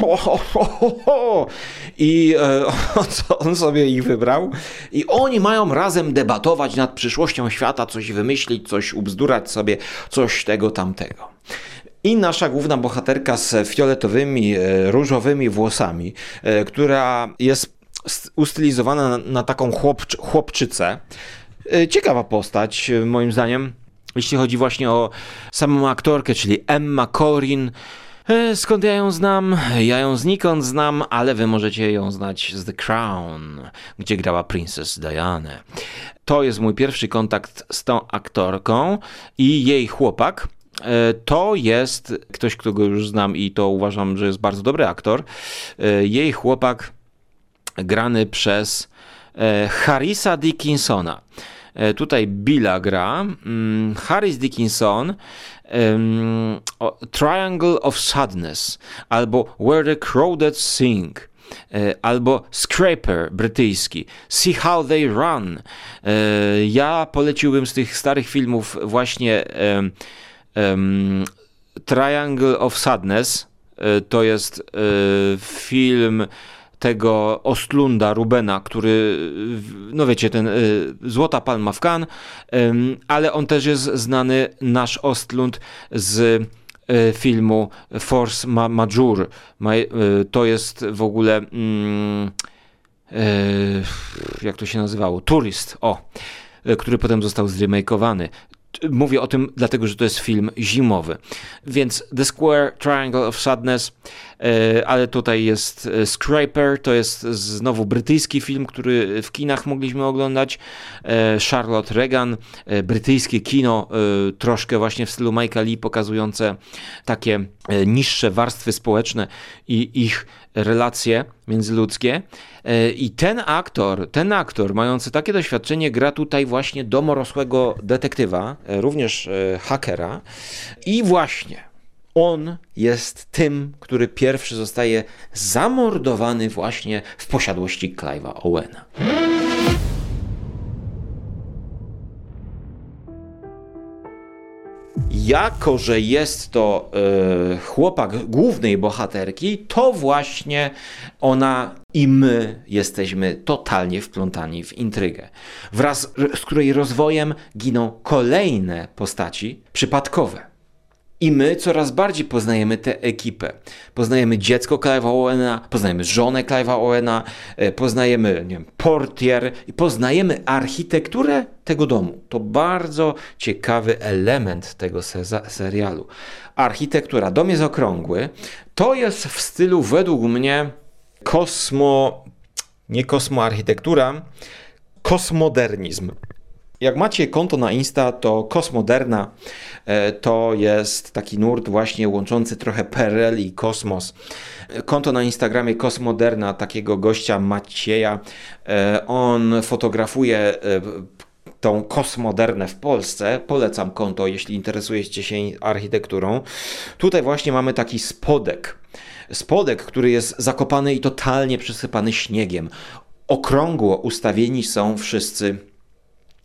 i on sobie ich wybrał i oni mają razem debatować nad przyszłością świata, coś wymyślić, coś ubzdurać sobie, coś tego, tamtego. I nasza główna bohaterka z fioletowymi, różowymi włosami, która jest ustylizowana na, na taką chłopczy, chłopczycę. Ciekawa postać, moim zdaniem. Jeśli chodzi właśnie o samą aktorkę, czyli Emma Corrin. Skąd ja ją znam? Ja ją znikąd znam, ale wy możecie ją znać z The Crown, gdzie grała Princess Dianę. To jest mój pierwszy kontakt z tą aktorką i jej chłopak. To jest ktoś, kogo już znam i to uważam, że jest bardzo dobry aktor. Jej chłopak grany przez Harrisa Dickinsona. Tutaj Billa gra, Harris Dickinson, um, Triangle of Sadness, albo Where the Crowded Sing, albo Scraper brytyjski, See How They Run. Ja poleciłbym z tych starych filmów właśnie um, um, Triangle of Sadness, to jest um, film tego Ostlunda, Rubena, który, no wiecie, ten y, Złota Palma w Cannes, y, ale on też jest znany, nasz Ostlund, z y, filmu Force Ma- Majeure. Ma- y, to jest w ogóle, y, y, jak to się nazywało? Tourist, o, y, który potem został zremakeowany. Mówię o tym dlatego, że to jest film zimowy. Więc The Square Triangle of Sadness, ale tutaj jest Scraper, to jest znowu brytyjski film, który w kinach mogliśmy oglądać. Charlotte Regan, brytyjskie kino, troszkę właśnie w stylu Mike'a Lee, pokazujące takie niższe warstwy społeczne i ich relacje międzyludzkie. I ten aktor, ten aktor mający takie doświadczenie gra tutaj właśnie domorosłego detektywa, również hakera i właśnie on jest tym, który pierwszy zostaje zamordowany właśnie w posiadłości Clive'a Owena. Jako że jest to yy, chłopak głównej bohaterki, to właśnie ona i my jesteśmy totalnie wplątani w intrygę, wraz z której rozwojem giną kolejne postaci przypadkowe. I my coraz bardziej poznajemy tę ekipę. Poznajemy dziecko Clive'a Owena, poznajemy żonę Clive'a Owena, poznajemy, nie wiem, portier i poznajemy architekturę tego domu. To bardzo ciekawy element tego se- serialu. Architektura. Dom jest okrągły. To jest w stylu według mnie kosmo... nie kosmoarchitektura, kosmodernizm. Jak macie konto na Insta, to Kosmoderna to jest taki nurt właśnie łączący trochę P R L i kosmos. Konto na Instagramie Kosmoderna, takiego gościa Macieja, on fotografuje tą kosmodernę w Polsce. Polecam konto, jeśli interesujecie się architekturą. Tutaj właśnie mamy taki spodek. Spodek, który jest zakopany i totalnie przysypany śniegiem. Okrągło ustawieni są wszyscy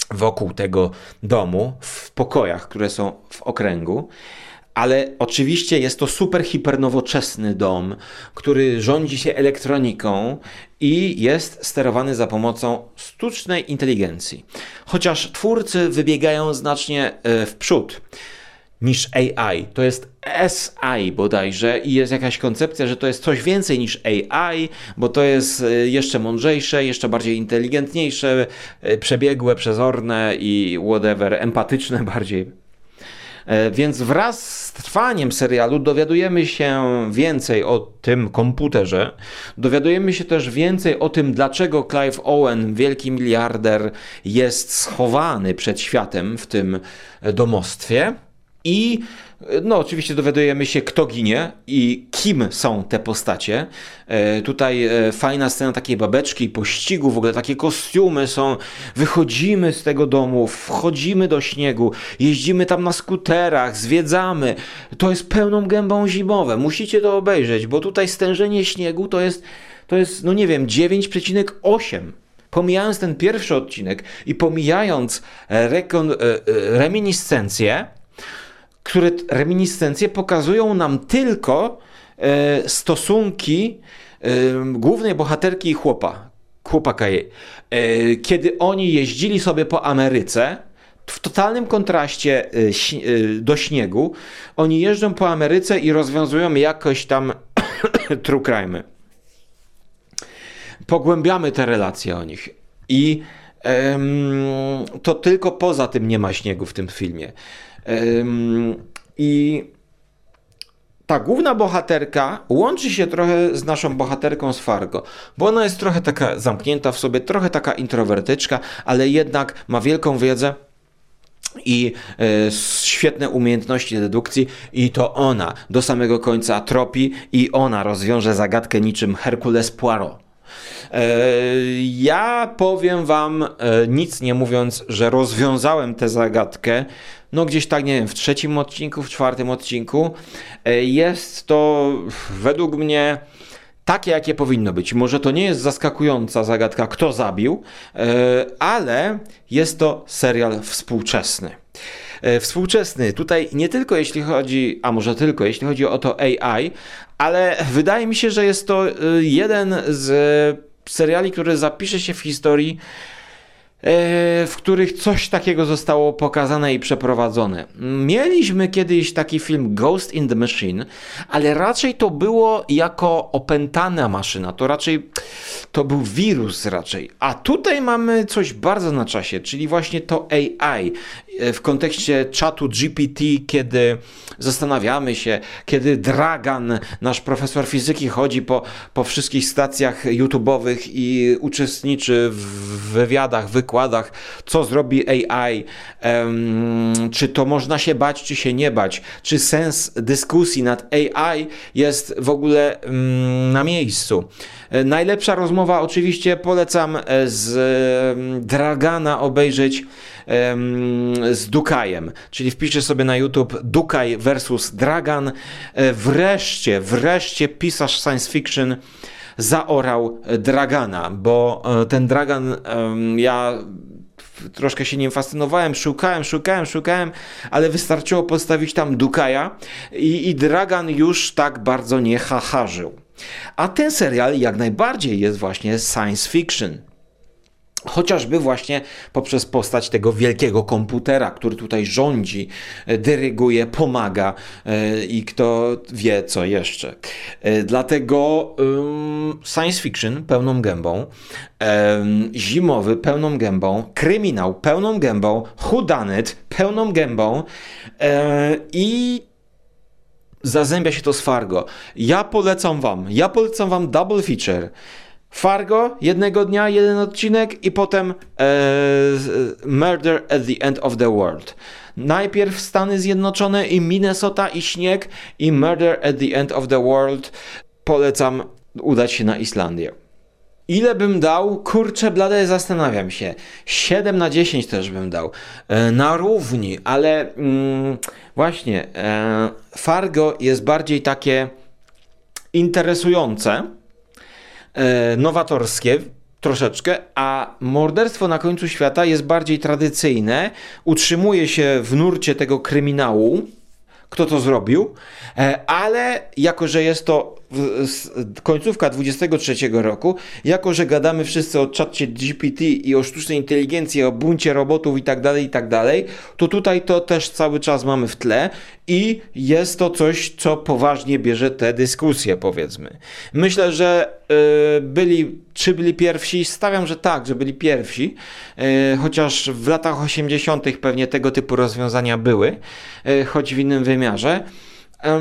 wokół tego domu, w pokojach, które są w okręgu. Ale oczywiście jest to super hipernowoczesny dom, który rządzi się elektroniką i jest sterowany za pomocą sztucznej inteligencji. Chociaż twórcy wybiegają znacznie w przód niż A I. To jest S I bodajże i jest jakaś koncepcja, że to jest coś więcej niż A I, bo to jest jeszcze mądrzejsze, jeszcze bardziej inteligentniejsze, przebiegłe, przezorne i whatever, empatyczne bardziej. Więc wraz z trwaniem serialu dowiadujemy się więcej o tym komputerze, dowiadujemy się też więcej o tym, dlaczego Clive Owen, wielki miliarder, jest schowany przed światem w tym domostwie i no oczywiście dowiadujemy się, kto ginie i kim są te postacie. E, tutaj e, fajna scena takiej babeczki, pościgu, w ogóle takie kostiumy są. Wychodzimy z tego domu, wchodzimy do śniegu, jeździmy tam na skuterach, zwiedzamy. To jest pełną gębą zimowe. Musicie to obejrzeć, bo tutaj stężenie śniegu to jest, to jest no nie wiem, dziewięć przecinek osiem. Pomijając ten pierwszy odcinek i pomijając rekon, e, e, reminiscencje, które reminiscencje pokazują nam tylko e, stosunki e, głównej bohaterki i chłopa, chłopaka jej. E, kiedy oni jeździli sobie po Ameryce, w totalnym kontraście e, e, do śniegu, oni jeżdżą po Ameryce i rozwiązują jakoś tam true crime. Pogłębiamy te relacje o nich. I e, to tylko poza tym nie ma śniegu w tym filmie. I ta główna bohaterka łączy się trochę z naszą bohaterką z Fargo, bo ona jest trochę taka zamknięta w sobie, trochę taka introwertyczka, ale jednak ma wielką wiedzę i e, świetne umiejętności dedukcji i to ona do samego końca tropi i ona rozwiąże zagadkę niczym Hercules Poirot. Ja powiem wam, nic nie mówiąc, że rozwiązałem tę zagadkę, no gdzieś tak, nie wiem, w trzecim odcinku, w czwartym odcinku. Jest to według mnie takie, jakie powinno być. Może to nie jest zaskakująca zagadka, kto zabił, ale jest to serial współczesny. Współczesny tutaj nie tylko jeśli chodzi, a może tylko jeśli chodzi o to A I, ale wydaje mi się, że jest to jeden z seriali, który zapisze się w historii, w których coś takiego zostało pokazane i przeprowadzone. Mieliśmy kiedyś taki film Ghost in the Machine, ale raczej to było jako opętana maszyna, to raczej to był wirus raczej. A tutaj mamy coś bardzo na czasie, czyli właśnie to A I w kontekście czatu G P T, kiedy zastanawiamy się, kiedy Dragan, nasz profesor fizyki, chodzi po, po wszystkich stacjach YouTube'owych i uczestniczy w wywiadach, wykładach, co zrobi A I, um, czy to można się bać, czy się nie bać, czy sens dyskusji nad A I jest w ogóle um, na miejscu. Najlepsza rozmowa oczywiście polecam z Dragana obejrzeć z Dukajem, czyli wpiszę sobie na YouTube Dukaj versus Dragan. Wreszcie, wreszcie pisarz science fiction zaorał Dragana, bo ten Dragan, ja troszkę się nim fascynowałem, szukałem, szukałem, szukałem, ale wystarczyło postawić tam Dukaja i, i Dragan już tak bardzo nie hacharzył. A ten serial jak najbardziej jest właśnie science fiction. Chociażby właśnie poprzez postać tego wielkiego komputera, który tutaj rządzi, dyryguje, pomaga i kto wie co jeszcze. Dlatego um, science fiction pełną gębą, um, zimowy pełną gębą, kryminał pełną gębą, whodunit pełną gębą um, i zazębia się to z Fargo. Ja polecam wam, ja polecam wam double feature. Fargo, jednego dnia, jeden odcinek i potem e, Murder at the End of the World. Najpierw Stany Zjednoczone i Minnesota i śnieg i Murder at the End of the World. Polecam udać się na Islandię. Ile bym dał? Kurczę blade, zastanawiam się. siedem na dziesięć też bym dał. E, na równi, ale mm, właśnie e, Fargo jest bardziej takie interesujące, nowatorskie, troszeczkę, a Morderstwo na końcu świata jest bardziej tradycyjne, utrzymuje się w nurcie tego kryminału, kto to zrobił, ale jako, że jest to końcówka dwudziestego trzeciego roku, jako, że gadamy wszyscy o czacie G P T i o sztucznej inteligencji, o buncie robotów i tak dalej, i tak dalej, to tutaj to też cały czas mamy w tle i jest to coś, co poważnie bierze tę dyskusję, powiedzmy. Myślę, że yy, byli, czy byli pierwsi? Stawiam, że tak, że byli pierwsi, yy, chociaż w latach osiemdziesiątych pewnie tego typu rozwiązania były, yy, choć w innym wymiarze. Yy.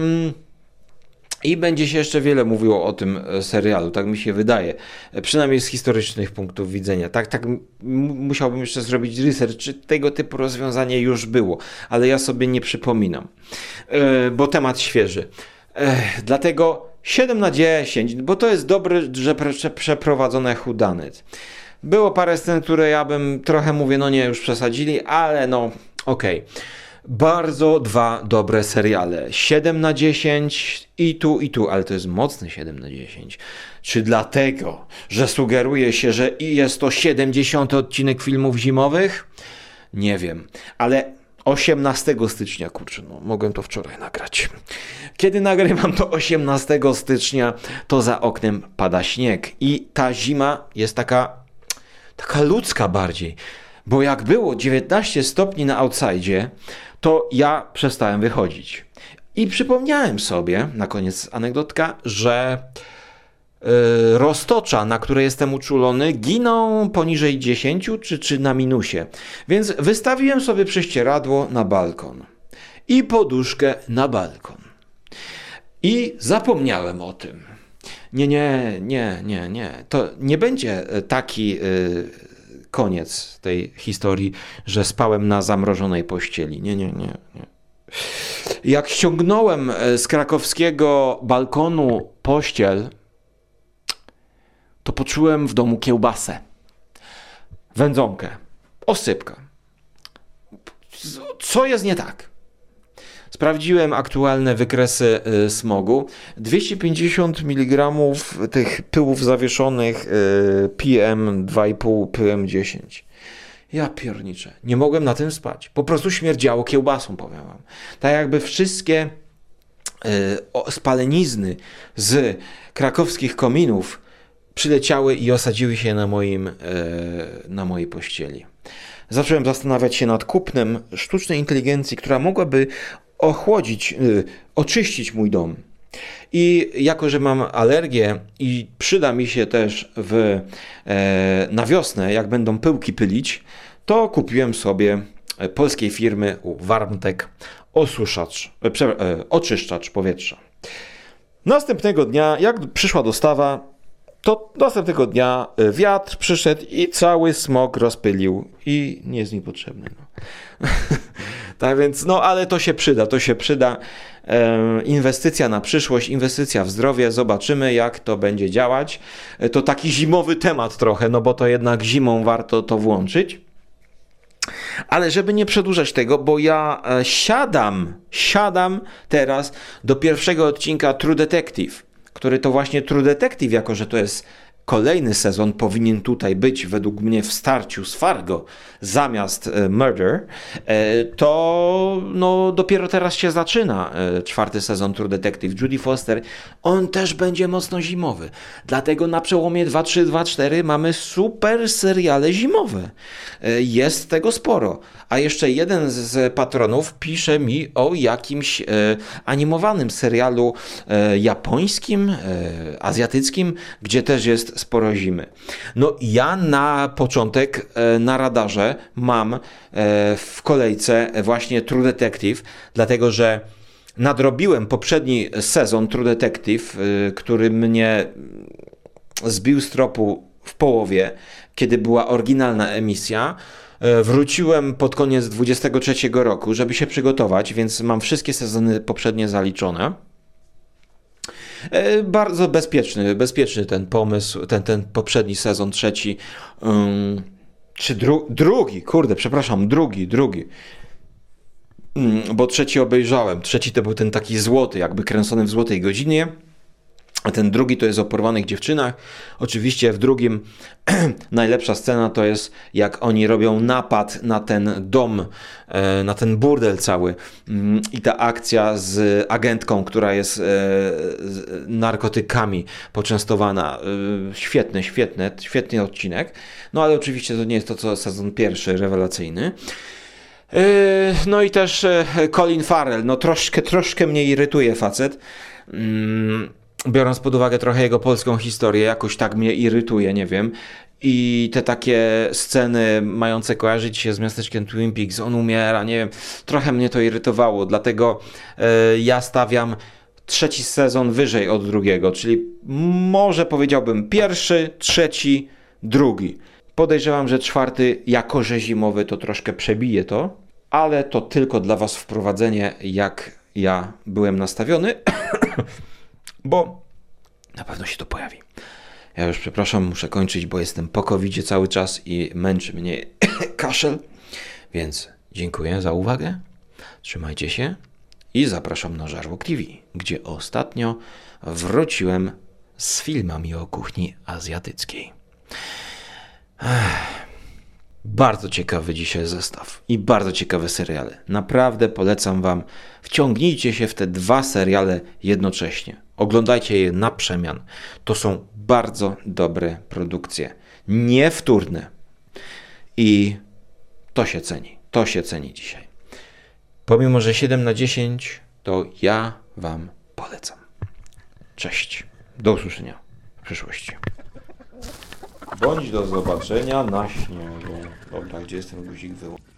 I będzie się jeszcze wiele mówiło o tym serialu, tak mi się wydaje. Przynajmniej z historycznych punktów widzenia. Tak, tak m- musiałbym jeszcze zrobić research, czy tego typu rozwiązanie już było, ale ja sobie nie przypominam, yy, bo temat świeży. Yy, dlatego siedem na dziesięć, bo to jest dobre, że prze- przeprowadzone whodunit. Było parę scen, które ja bym trochę mówię, no nie, już przesadzili, ale no okej. Okay. Bardzo dwa dobre seriale. siedem na dziesięć i tu, i tu, ale to jest mocny siedem na dziesięć. Czy dlatego, że sugeruje się, że jest to siedemdziesiąty odcinek filmów zimowych? Nie wiem, ale osiemnastego stycznia, kurczę, no mogłem to wczoraj nagrać. Kiedy nagrywam to osiemnastego stycznia, to za oknem pada śnieg i ta zima jest taka, taka ludzka bardziej. Bo jak było dziewiętnaście stopni na outside, to ja przestałem wychodzić. I przypomniałem sobie, na koniec anegdotka, że yy, roztocza, na które jestem uczulony, giną poniżej dziesięć czy, czy na minusie. Więc wystawiłem sobie prześcieradło na balkon i poduszkę na balkon. I zapomniałem o tym. Nie, nie, nie, nie, nie. To nie będzie taki... Yy, koniec tej historii, że spałem na zamrożonej pościeli. Nie, nie, nie, nie. Jak ściągnąłem z krakowskiego balkonu pościel, to poczułem w domu kiełbasę, wędzonkę, osypkę. Co jest nie tak? Sprawdziłem aktualne wykresy y, smogu. dwieście pięćdziesiąt miligramów tych pyłów zawieszonych, y, P M dwa i pół, P M dziesięć. Ja pierniczę. Nie mogłem na tym spać. Po prostu śmierdziało kiełbasą, powiem wam. Tak jakby wszystkie y, o, spalenizny z krakowskich kominów przyleciały i osadziły się na moim, y, na mojej pościeli. Zacząłem zastanawiać się nad kupnem sztucznej inteligencji, która mogłaby ochłodzić, y, oczyścić mój dom. I jako, że mam alergię i przyda mi się też w, e, na wiosnę, jak będą pyłki pylić, to kupiłem sobie polskiej firmy Warmtek osuszacz, e, prze, e, oczyszczacz powietrza. Następnego dnia, jak przyszła dostawa, to następnego dnia wiatr przyszedł i cały smog rozpylił i nie jest mi potrzebny. No. Tak więc, no ale to się przyda, to się przyda. E, inwestycja na przyszłość, inwestycja w zdrowie, zobaczymy jak to będzie działać. E, to taki zimowy temat trochę, no bo to jednak zimą warto to włączyć. Ale żeby nie przedłużać tego, bo ja e, siadam, siadam teraz do pierwszego odcinka True Detective, który to właśnie True Detective, jako że to jest kolejny sezon, powinien tutaj być według mnie w starciu z Fargo zamiast e, Murder, e, to no, dopiero teraz się zaczyna e, czwarty sezon True Detective. Judy Foster, on też będzie mocno zimowy. Dlatego na przełomie dwa trzy dwa cztery mamy super seriale zimowe. E, jest tego sporo. A jeszcze jeden z patronów pisze mi o jakimś e, animowanym serialu e, japońskim, e, azjatyckim, gdzie też jest sporo zimy. No ja na początek e, na radarze mam e, w kolejce właśnie True Detective, dlatego że nadrobiłem poprzedni sezon True Detective, e, który mnie zbił z tropu w połowie, kiedy była oryginalna emisja. E, wróciłem pod koniec dwudziestego trzeciego roku, żeby się przygotować, więc mam wszystkie sezony poprzednie zaliczone. Bardzo bezpieczny, bezpieczny ten pomysł, ten, ten poprzedni sezon, trzeci, um, czy dru, drugi, kurde, przepraszam, drugi, drugi, um, bo trzeci obejrzałem, trzeci to był ten taki złoty, jakby kręcony w złotej godzinie, A ten drugi to jest o porwanych dziewczynach. Oczywiście w drugim najlepsza scena to jest, jak oni robią napad na ten dom, na ten burdel cały. I ta akcja z agentką, która jest narkotykami poczęstowana. Świetny, świetny, świetny odcinek. No ale oczywiście to nie jest to, co sezon pierwszy, rewelacyjny. No i też Colin Farrell. No troszkę, troszkę mnie irytuje facet. Biorąc pod uwagę trochę jego polską historię, jakoś tak mnie irytuje, nie wiem. I te takie sceny mające kojarzyć się z miasteczkiem Twin Peaks, on umiera, nie wiem, trochę mnie to irytowało, dlatego y, ja stawiam trzeci sezon wyżej od drugiego, czyli może powiedziałbym pierwszy, trzeci, drugi. Podejrzewam, że czwarty, jako że zimowy, to troszkę przebije to, ale to tylko dla was wprowadzenie, jak ja byłem nastawiony. Bo na pewno się to pojawi. Ja już przepraszam, muszę kończyć, bo jestem po kowidzie cały czas i męczy mnie kaszel. Więc dziękuję za uwagę, trzymajcie się i zapraszam na Żarłok T V, gdzie ostatnio wróciłem z filmami o kuchni azjatyckiej. Ech. Bardzo ciekawy dzisiaj zestaw i bardzo ciekawe seriale. Naprawdę polecam wam, wciągnijcie się w te dwa seriale jednocześnie. Oglądajcie je na przemian. To są bardzo dobre produkcje. Niewtórne. I to się ceni. To się ceni dzisiaj. Pomimo, że siedem na dziesięć, to ja wam polecam. Cześć. Do usłyszenia w przyszłości. Bądź do zobaczenia na śniegu. Dobra, gdzie jest ten guzik wyłączony?